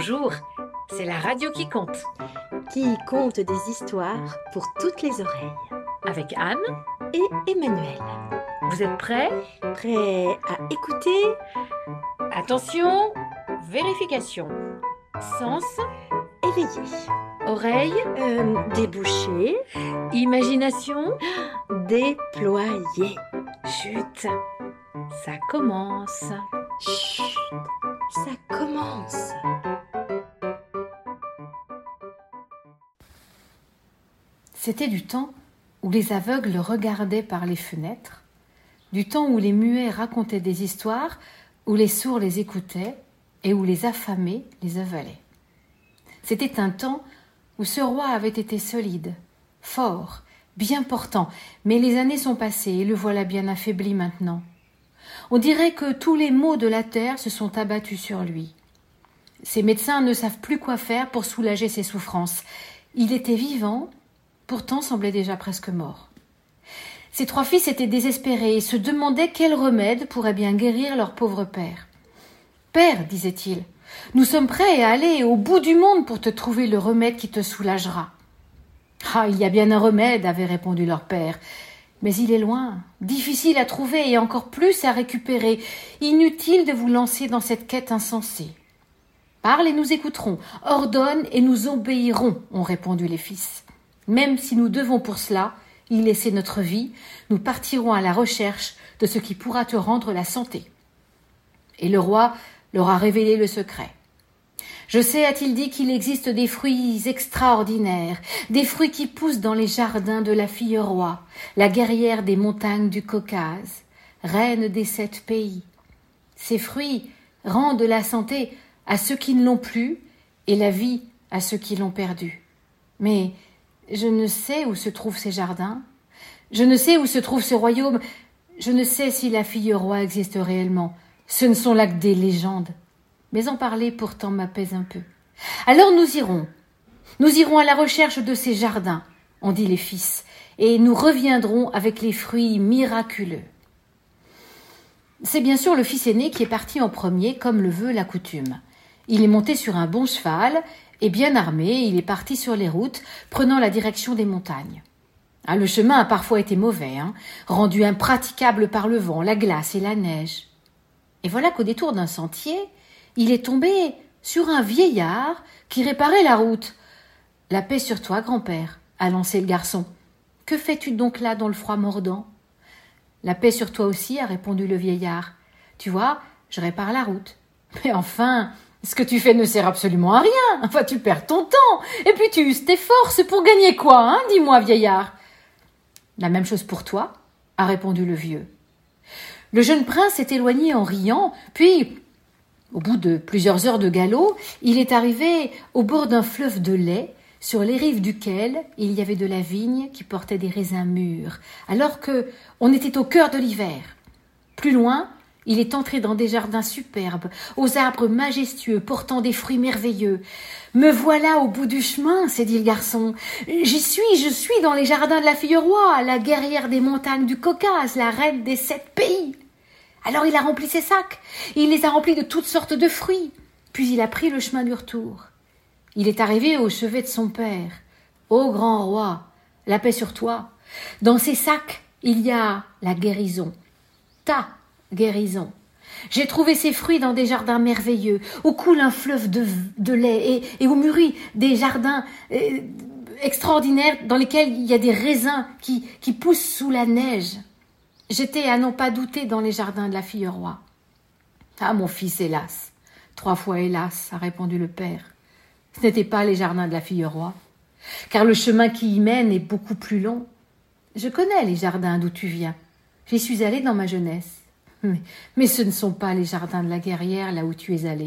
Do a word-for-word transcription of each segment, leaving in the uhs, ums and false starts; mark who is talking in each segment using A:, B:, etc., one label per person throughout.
A: Bonjour, c'est la radio qui compte,
B: qui compte des histoires pour toutes les oreilles.
A: avec Anne
B: Et Emmanuel,
A: Vous êtes prêts?
B: prêts à écouter?
A: Attention, vérification. Sens,
B: Éveillé,
A: oreille,
B: euh, débouché,
A: imagination.
B: déployé.
A: Chut, ça commence.
B: Chut, ça commence.
C: C'était du temps où les aveugles regardaient par les fenêtres, du temps où les muets racontaient des histoires, où les sourds les écoutaient et où les affamés les avalaient. C'était un temps où ce roi avait été solide, fort, bien portant, mais les années sont passées et le voilà bien affaibli maintenant. On dirait que tous les maux de la terre se sont abattus sur lui. Ses médecins ne savent plus quoi faire pour soulager ses souffrances. Il était vivant, pourtant semblait déjà presque mort. Ses trois fils étaient désespérés et se demandaient quel remède pourrait bien guérir leur pauvre père. « Père, disait-il, nous sommes prêts à aller au bout du monde pour te trouver le remède qui te soulagera. »« Ah, il y a bien un remède, avait répondu leur père, mais il est loin, difficile à trouver et encore plus à récupérer. Inutile de vous lancer dans cette quête insensée. »« Parle et nous écouterons, ordonne et nous obéirons, » ont répondu les fils. « Même si nous devons pour cela y laisser notre vie, nous partirons à la recherche de ce qui pourra te rendre la santé. » Et le roi leur a révélé le secret. « Je sais, a-t-il dit, qu'il existe des fruits extraordinaires, des fruits qui poussent dans les jardins de la fille roi, la guerrière des montagnes du Caucase, reine des sept pays. Ces fruits rendent la santé à ceux qui ne l'ont plus et la vie à ceux qui l'ont perdue. Mais je ne sais où se trouvent ces jardins, je ne sais où se trouve ce royaume, je ne sais si la fille roi existe réellement. Ce ne sont là que des légendes. Mais en parler pourtant m'apaise un peu. Alors nous irons, nous irons à la recherche de ces jardins, ont dit les fils, et nous reviendrons avec les fruits miraculeux. C'est bien sûr le fils aîné qui est parti en premier, comme le veut la coutume. Il est monté sur un bon cheval, et bien armé, il est parti sur les routes, prenant la direction des montagnes. Ah, le chemin a parfois été mauvais, hein, rendu impraticable par le vent, la glace et la neige. Et voilà qu'au détour d'un sentier, il est tombé sur un vieillard qui réparait la route. « La paix sur toi, grand-père » a lancé le garçon. « Que fais-tu donc là dans le froid mordant ?»« La paix sur toi aussi » a répondu le vieillard. « Tu vois, je répare la route. »« Mais enfin, ce que tu fais ne sert absolument à rien. Enfin, tu perds ton temps. Et puis tu uses tes forces pour gagner quoi, hein, dis-moi, vieillard. »« La même chose pour toi » a répondu le vieux. Le jeune prince s'est éloigné en riant, puis, au bout de plusieurs heures de galop, il est arrivé au bord d'un fleuve de lait, sur les rives duquel il y avait de la vigne qui portait des raisins mûrs, alors que on était au cœur de l'hiver. Plus loin, il est entré dans des jardins superbes, aux arbres majestueux portant des fruits merveilleux. « Me voilà au bout du chemin, » s'est dit le garçon. « J'y suis, je suis dans les jardins de la fille roi, la guerrière des montagnes du Caucase, la reine des sept pays. » Alors il a rempli ses sacs, il les a remplis de toutes sortes de fruits, puis il a pris le chemin du retour. Il est arrivé au chevet de son père. « Ô grand roi, la paix sur toi. Dans ces sacs, il y a la guérison, ta guérison. J'ai trouvé ces fruits dans des jardins merveilleux, où coule un fleuve de, de lait et, et où mûrit des jardins euh, extraordinaires dans lesquels il y a des raisins qui, qui poussent sous la neige. J'étais à n'en pas douter dans les jardins de la fille roi. »« Ah, mon fils, hélas, trois fois hélas, » a répondu le père. « Ce n'étaient pas les jardins de la fille roi, car le chemin qui y mène est beaucoup plus long. Je connais les jardins d'où tu viens. J'y suis allé dans ma jeunesse. Mais, mais ce ne sont pas les jardins de la guerrière là où tu es allé. »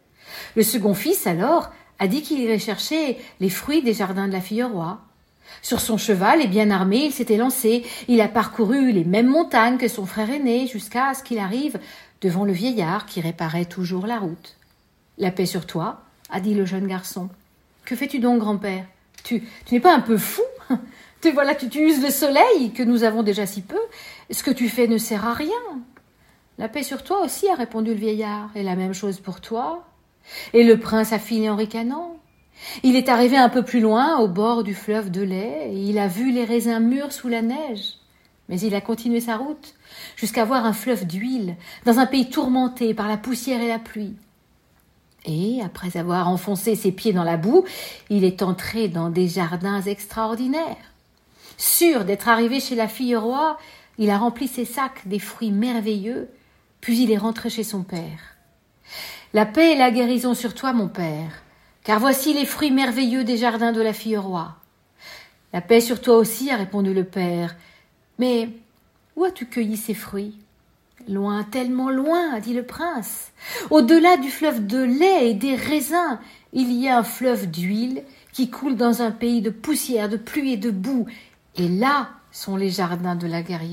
C: Le second fils, alors, a dit qu'il irait chercher les fruits des jardins de la fille roi. Sur son cheval et bien armé, il s'était lancé. Il a parcouru les mêmes montagnes que son frère aîné jusqu'à ce qu'il arrive devant le vieillard qui réparait toujours la route. « La paix sur toi » a dit le jeune garçon. « Que fais-tu donc, grand-père ? Tu, tu n'es pas un peu fou ? Tu, voilà, tu, tu uses le soleil que nous avons déjà si peu. Ce que tu fais ne sert à rien. »« La paix sur toi aussi » a répondu le vieillard. « Et la même chose pour toi. Et le prince a filé en ricanant. Il est arrivé un peu plus loin, au bord du fleuve de lait, et il a vu les raisins mûrs sous la neige. Mais il a continué sa route, jusqu'à voir un fleuve d'huile, dans un pays tourmenté par la poussière et la pluie. Et, après avoir enfoncé ses pieds dans la boue, il est entré dans des jardins extraordinaires. Sûr d'être arrivé chez la fille roi, il a rempli ses sacs des fruits merveilleux, puis il est rentré chez son père. « La paix et la guérison sur toi, mon père, car voici les fruits merveilleux des jardins de la fille roi. »« La paix sur toi aussi, a répondu le père. Mais où as-tu cueilli ces fruits ? » ?»« Loin, tellement loin, a dit le prince. Au-delà du fleuve de lait et des raisins, il y a un fleuve d'huile qui coule dans un pays de poussière, de pluie et de boue. Et là sont les jardins de la guerrière. »«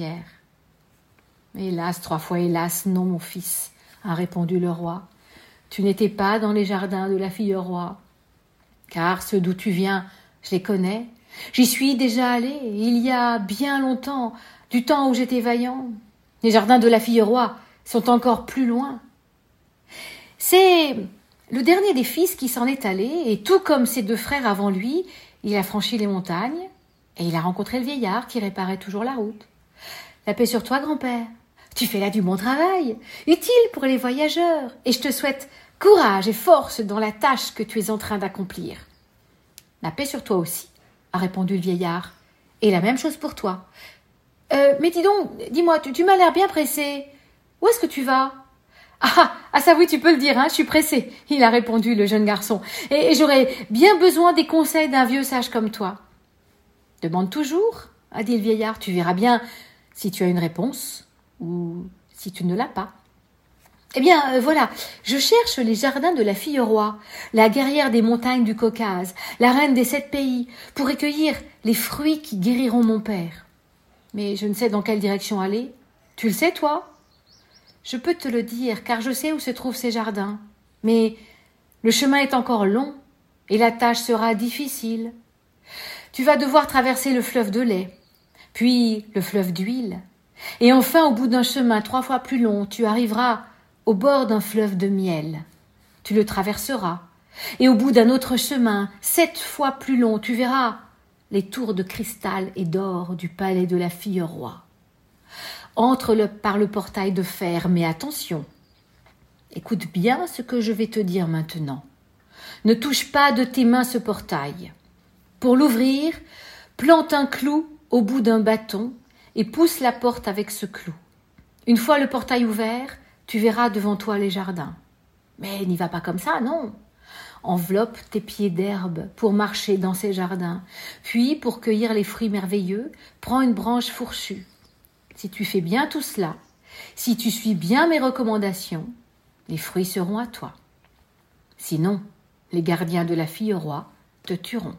C: Hélas, trois fois hélas, non, mon fils, a répondu le roi. Tu n'étais pas dans les jardins de la fille roi. Car ceux d'où tu viens, je les connais. J'y suis déjà allé, il y a bien longtemps, du temps où j'étais vaillant. Les jardins de la fille roi sont encore plus loin. C'est le dernier des fils qui s'en est allé, et tout comme ses deux frères avant lui, il a franchi les montagnes, et il a rencontré le vieillard qui réparait toujours la route. La paix sur toi, grand-père. Tu fais là du bon travail, utile pour les voyageurs, et je te souhaite courage et force dans la tâche que tu es en train d'accomplir. La paix sur toi aussi, a répondu le vieillard, et la même chose pour toi. Euh, mais dis donc, dis-moi, tu, tu m'as l'air bien pressé. Où est-ce que tu vas ? Ah, ah, ça oui, tu peux le dire, hein, je suis pressé, il a répondu le jeune garçon, et, et j'aurais bien besoin des conseils d'un vieux sage comme toi. Demande toujours, a dit le vieillard, tu verras bien si tu as une réponse ou si tu ne l'as pas. Eh bien, euh, voilà, je cherche les jardins de la fille roi, la guerrière des montagnes du Caucase, la reine des sept pays, pour recueillir les fruits qui guériront mon père. Mais je ne sais dans quelle direction aller. Tu le sais, toi ? Je peux te le dire, car je sais où se trouvent ces jardins. Mais le chemin est encore long, et la tâche sera difficile. Tu vas devoir traverser le fleuve de lait, puis le fleuve d'huile, et enfin, au bout d'un chemin trois fois plus long, tu arriveras au bord d'un fleuve de miel. Tu le traverseras, et au bout d'un autre chemin, sept fois plus long, tu verras les tours de cristal et d'or du palais de la fille roi. Entre le, par le portail de fer, mais attention, écoute bien ce que je vais te dire maintenant. Ne touche pas de tes mains ce portail. Pour l'ouvrir, plante un clou au bout d'un bâton et pousse la porte avec ce clou. Une fois le portail ouvert, tu verras devant toi les jardins. Mais n'y va pas comme ça, non. Enveloppe tes pieds d'herbe pour marcher dans ces jardins. Puis, pour cueillir les fruits merveilleux, prends une branche fourchue. Si tu fais bien tout cela, si tu suis bien mes recommandations, les fruits seront à toi. Sinon, les gardiens de la fille roi te tueront.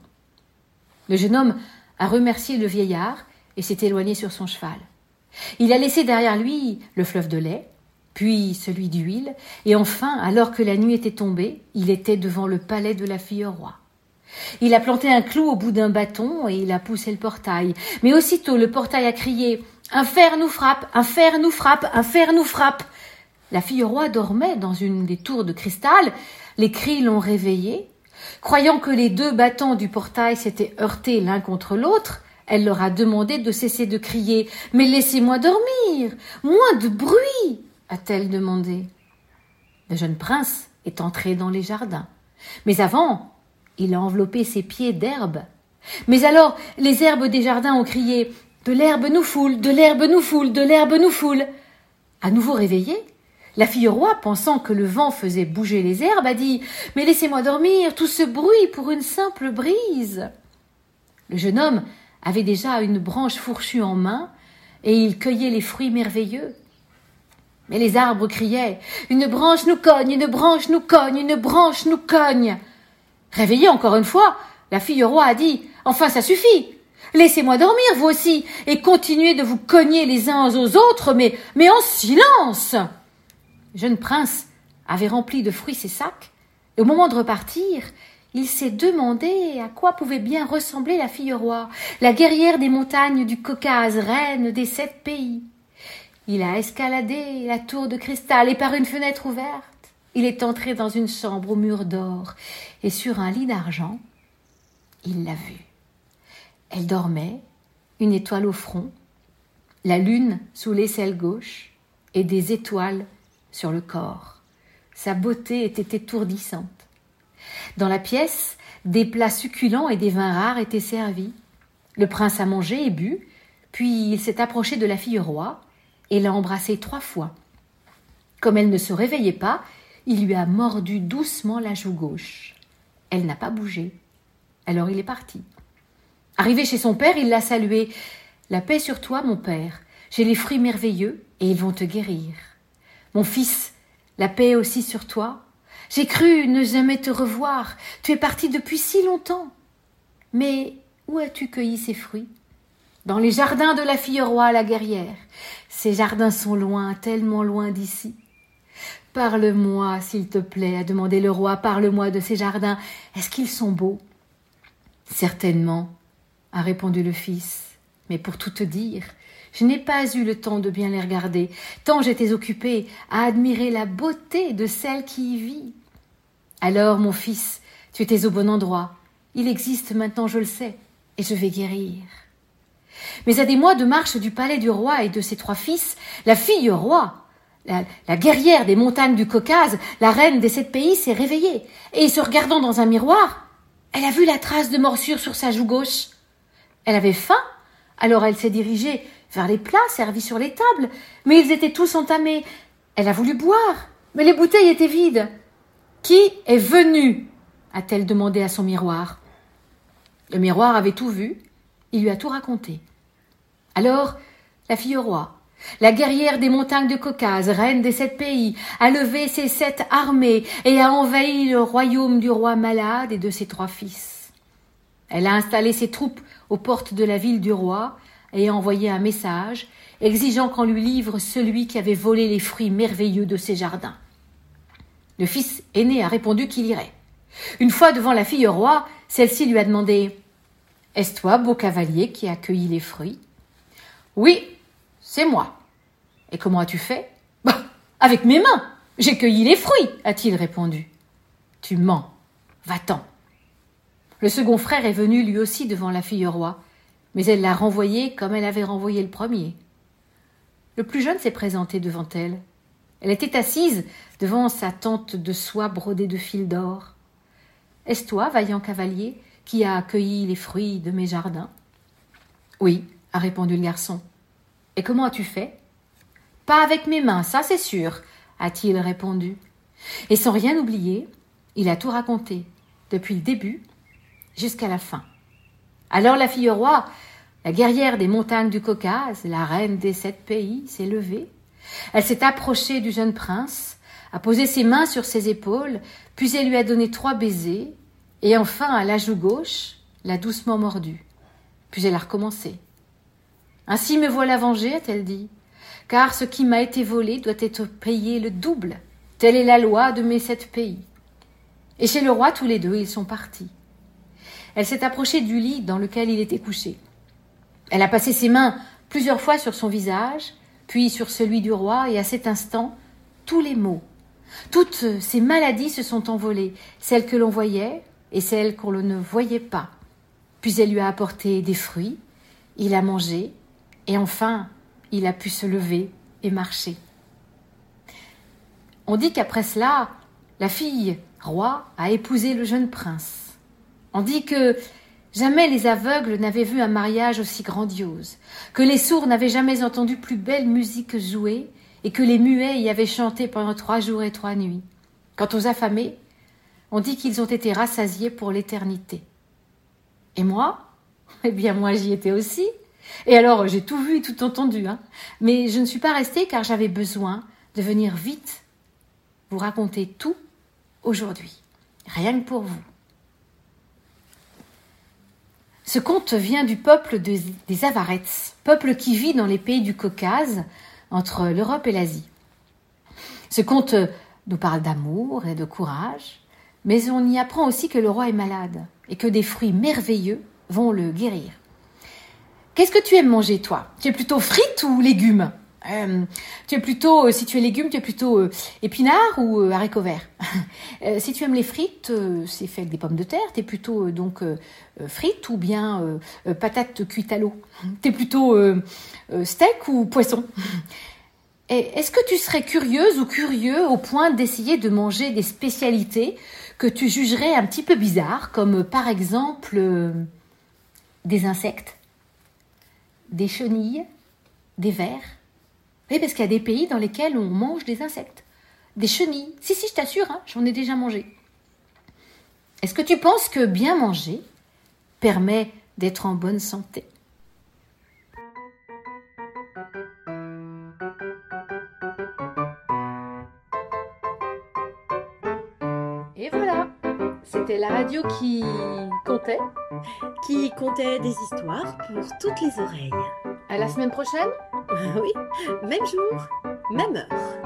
C: Le jeune homme a remercié le vieillard et s'est éloigné sur son cheval. Il a laissé derrière lui le fleuve de lait, puis celui d'huile, et enfin, alors que la nuit était tombée, il était devant le palais de la fille roi. Il a planté un clou au bout d'un bâton et il a poussé le portail. Mais aussitôt, le portail a crié « Un fer nous frappe, un fer nous frappe, un fer nous frappe !» La fille roi dormait dans une des tours de cristal. Les cris l'ont réveillée. Croyant que les deux battants du portail s'étaient heurtés l'un contre l'autre, elle leur a demandé de cesser de crier. « Mais laissez-moi dormir, moins de bruit !» a-t-elle demandé. Le jeune prince est entré dans les jardins. Mais avant, il a enveloppé ses pieds d'herbe. Mais alors, les herbes des jardins ont crié « De l'herbe nous foule, de l'herbe nous foule, de l'herbe nous foule !» À nouveau réveillée, la fille roi, pensant que le vent faisait bouger les herbes, a dit « Mais laissez-moi dormir, tout ce bruit pour une simple brise !» Le jeune homme avait déjà une branche fourchue en main et il cueillait les fruits merveilleux. Mais les arbres criaient « Une branche nous cogne, une branche nous cogne, une branche nous cogne !» Réveillée encore une fois, la fille roi a dit « Enfin, ça suffit ! Laissez-moi dormir, vous aussi, et continuez de vous cogner les uns aux autres, mais, mais en silence !» Le jeune prince avait rempli de fruits ses sacs, et au moment de repartir, il s'est demandé à quoi pouvait bien ressembler la fille roi, la guerrière des montagnes du Caucase, reine des sept pays. Il a escaladé la tour de cristal et par une fenêtre ouverte, il est entré dans une chambre aux murs d'or, et sur un lit d'argent, il l'a vue. Elle dormait, une étoile au front, la lune sous l'aisselle gauche, et des étoiles sur le corps. Sa beauté était étourdissante. Dans la pièce, des plats succulents et des vins rares étaient servis. Le prince a mangé et bu, puis il s'est approché de la fille roi et l'a embrassée trois fois. Comme elle ne se réveillait pas, il lui a mordu doucement la joue gauche. Elle n'a pas bougé. Alors il est parti. Arrivé chez son père, il l'a salué. « La paix sur toi, mon père. J'ai les fruits merveilleux et ils vont te guérir. Mon fils, la paix aussi sur toi. J'ai cru ne jamais te revoir. Tu es parti depuis si longtemps. Mais où as-tu cueilli ces fruits ? Dans les jardins de la fille roi, la guerrière. Ces jardins sont loin, tellement loin d'ici. Parle-moi, s'il te plaît, a demandé le roi, parle-moi de ces jardins. Est-ce qu'ils sont beaux ? Certainement, a répondu le fils. Mais pour tout te dire, je n'ai pas eu le temps de bien les regarder, tant j'étais occupée à admirer la beauté de celle qui y vit. Alors, mon fils, tu étais au bon endroit. Il existe maintenant, je le sais, et je vais guérir. Mais à des mois de marche du palais du roi et de ses trois fils, la fille roi, la, la guerrière des montagnes du Caucase, la reine des sept pays, s'est réveillée, et se regardant dans un miroir, elle a vu la trace de morsure sur sa joue gauche. Elle avait faim, alors elle s'est dirigée vers les plats servis sur les tables, mais ils étaient tous entamés. Elle a voulu boire, mais les bouteilles étaient vides. « Qui est venu ?» a-t-elle demandé à son miroir. Le miroir avait tout vu, il lui a tout raconté. Alors, la fille roi, la guerrière des montagnes de Caucase, reine des sept pays, a levé ses sept armées et a envahi le royaume du roi malade et de ses trois fils. Elle a installé ses troupes aux portes de la ville du roi et a envoyé un message exigeant qu'on lui livre celui qui avait volé les fruits merveilleux de ses jardins. Le fils aîné a répondu qu'il irait. Une fois devant la fille roi, celle-ci lui a demandé « Est-ce toi, beau cavalier, qui as cueilli les fruits ?»« Oui, c'est moi. »« Et comment as-tu fait ?»« Bah, avec mes mains, j'ai cueilli les fruits, a-t-il répondu. »« Tu mens, va-t'en. » Le second frère est venu lui aussi devant la fille roi, mais elle l'a renvoyé comme elle avait renvoyé le premier. Le plus jeune s'est présenté devant elle. Elle était assise devant sa tente de soie brodée de fils d'or. « Est-ce toi, vaillant cavalier, qui a cueilli les fruits de mes jardins ?»« Oui, a répondu le garçon. »« Et comment as-tu fait ?»« Pas avec mes mains, ça c'est sûr, a-t-il répondu. Et sans rien oublier, il a tout raconté, depuis le début jusqu'à la fin. Alors la fille roi, la guerrière des montagnes du Caucase, la reine des sept pays, s'est levée. Elle s'est approchée du jeune prince, a posé ses mains sur ses épaules, puis elle lui a donné trois baisers, et enfin, à la joue gauche, l'a doucement mordu. Puis elle a recommencé. « Ainsi me voilà vengée, a-t-elle dit, car ce qui m'a été volé doit être payé le double. Telle est la loi de mes sept pays. » Et chez le roi, tous les deux, ils sont partis. Elle s'est approchée du lit dans lequel il était couché. Elle a passé ses mains plusieurs fois sur son visage, puis sur celui du roi, et à cet instant, tous les maux, toutes ces maladies se sont envolées, celles que l'on voyait et celles qu'on ne voyait pas. Puis elle lui a apporté des fruits, il a mangé, et enfin, il a pu se lever et marcher. On dit qu'après cela, la fille roi a épousé le jeune prince. On dit que jamais les aveugles n'avaient vu un mariage aussi grandiose, que les sourds n'avaient jamais entendu plus belle musique jouer, et que les muets y avaient chanté pendant trois jours et trois nuits. Quant aux affamés, on dit qu'ils ont été rassasiés pour l'éternité. Et moi ? Eh bien, moi, j'y étais aussi. Et alors, j'ai tout vu et tout entendu, hein. Mais je ne suis pas restée car j'avais besoin de venir vite vous raconter tout aujourd'hui, rien que pour vous. Ce conte vient du peuple de, des Avarets, peuple qui vit dans les pays du Caucase, entre l'Europe et l'Asie. Ce conte nous parle d'amour et de courage, mais on y apprend aussi que le roi est malade et que des fruits merveilleux vont le guérir. « Qu'est-ce que tu aimes manger, toi ? Tu es plutôt frites ou légumes ? Euh, tu es plutôt, euh, si tu es légumes, tu es plutôt euh, épinards ou euh, haricots verts. Euh, si tu aimes les frites, euh, c'est fait avec des pommes de terre, tu es plutôt euh, donc euh, euh, frites ou bien euh, euh, patates cuites à l'eau. Tu es plutôt euh, euh, steak ou poisson. Et est-ce que tu serais curieuse ou curieux au point d'essayer de manger des spécialités que tu jugerais un petit peu bizarres, comme euh, par exemple euh, des insectes, des chenilles, des vers? Oui, parce qu'il y a des pays dans lesquels on mange des insectes. Des chenilles. Si, si, je t'assure, hein, j'en ai déjà mangé. Est-ce que tu penses que bien manger permet d'être en bonne santé?
A: Et voilà, c'était la radio qui comptait.
B: Qui comptait des histoires pour toutes les oreilles.
A: À la semaine prochaine.
B: Oui, même jour, même heure.